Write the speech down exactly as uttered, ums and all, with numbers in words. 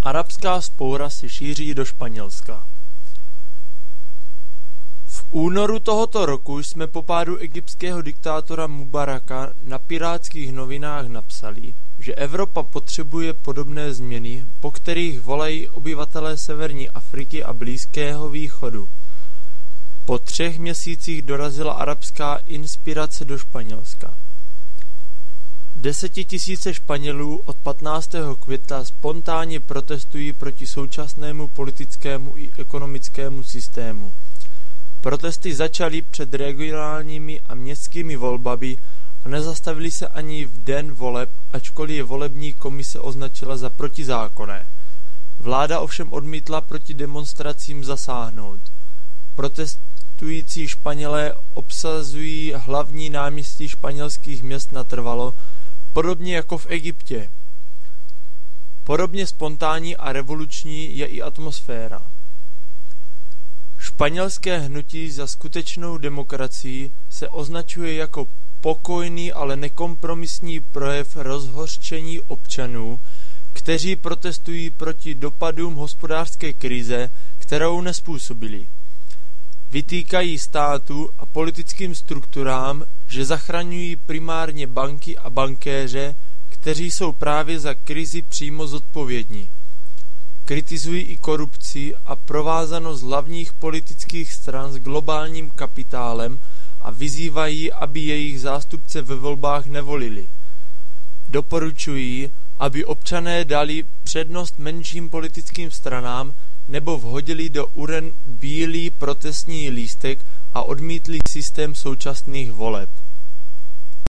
Arabská vzpoura se šíří do Španělska. V únoru tohoto roku jsme po pádu egyptského diktátora Mubaraka na Pirátských novinách napsali, že Evropa potřebuje podobné změny, po kterých volají obyvatelé severní Afriky a Blízkého východu. Po třech měsících dorazila arabská inspirace do Španělska. Desetitisíce Španělů od patnáctého května spontánně protestují proti současnému politickému i ekonomickému systému. Protesty začaly před regionálními a městskými volbami a nezastavily se ani v den voleb, ačkoliv je volební komise označila za protizákonné. Vláda ovšem odmítla proti demonstracím zasáhnout. Protestující Španělé obsazují hlavní náměstí španělských měst natrvalo, podobně jako v Egyptě. Podobně spontánní a revoluční je i atmosféra. Španělské hnutí za skutečnou demokracii se označuje jako pokojný, ale nekompromisní projev rozhořčení občanů, kteří protestují proti dopadům hospodářské krize, kterou nezpůsobili. Vytýkají státu a politickým strukturám, že zachraňují primárně banky a bankéře, kteří jsou právě za krizi přímo zodpovědní. Kritizují i korupci a provázanost hlavních politických stran s globálním kapitálem a vyzývají, aby jejich zástupce ve volbách nevolili. Doporučují, aby občané dali přednost menším politickým stranám nebo vhodili do uren bílý protestní lístek a odmítli systém současných voleb.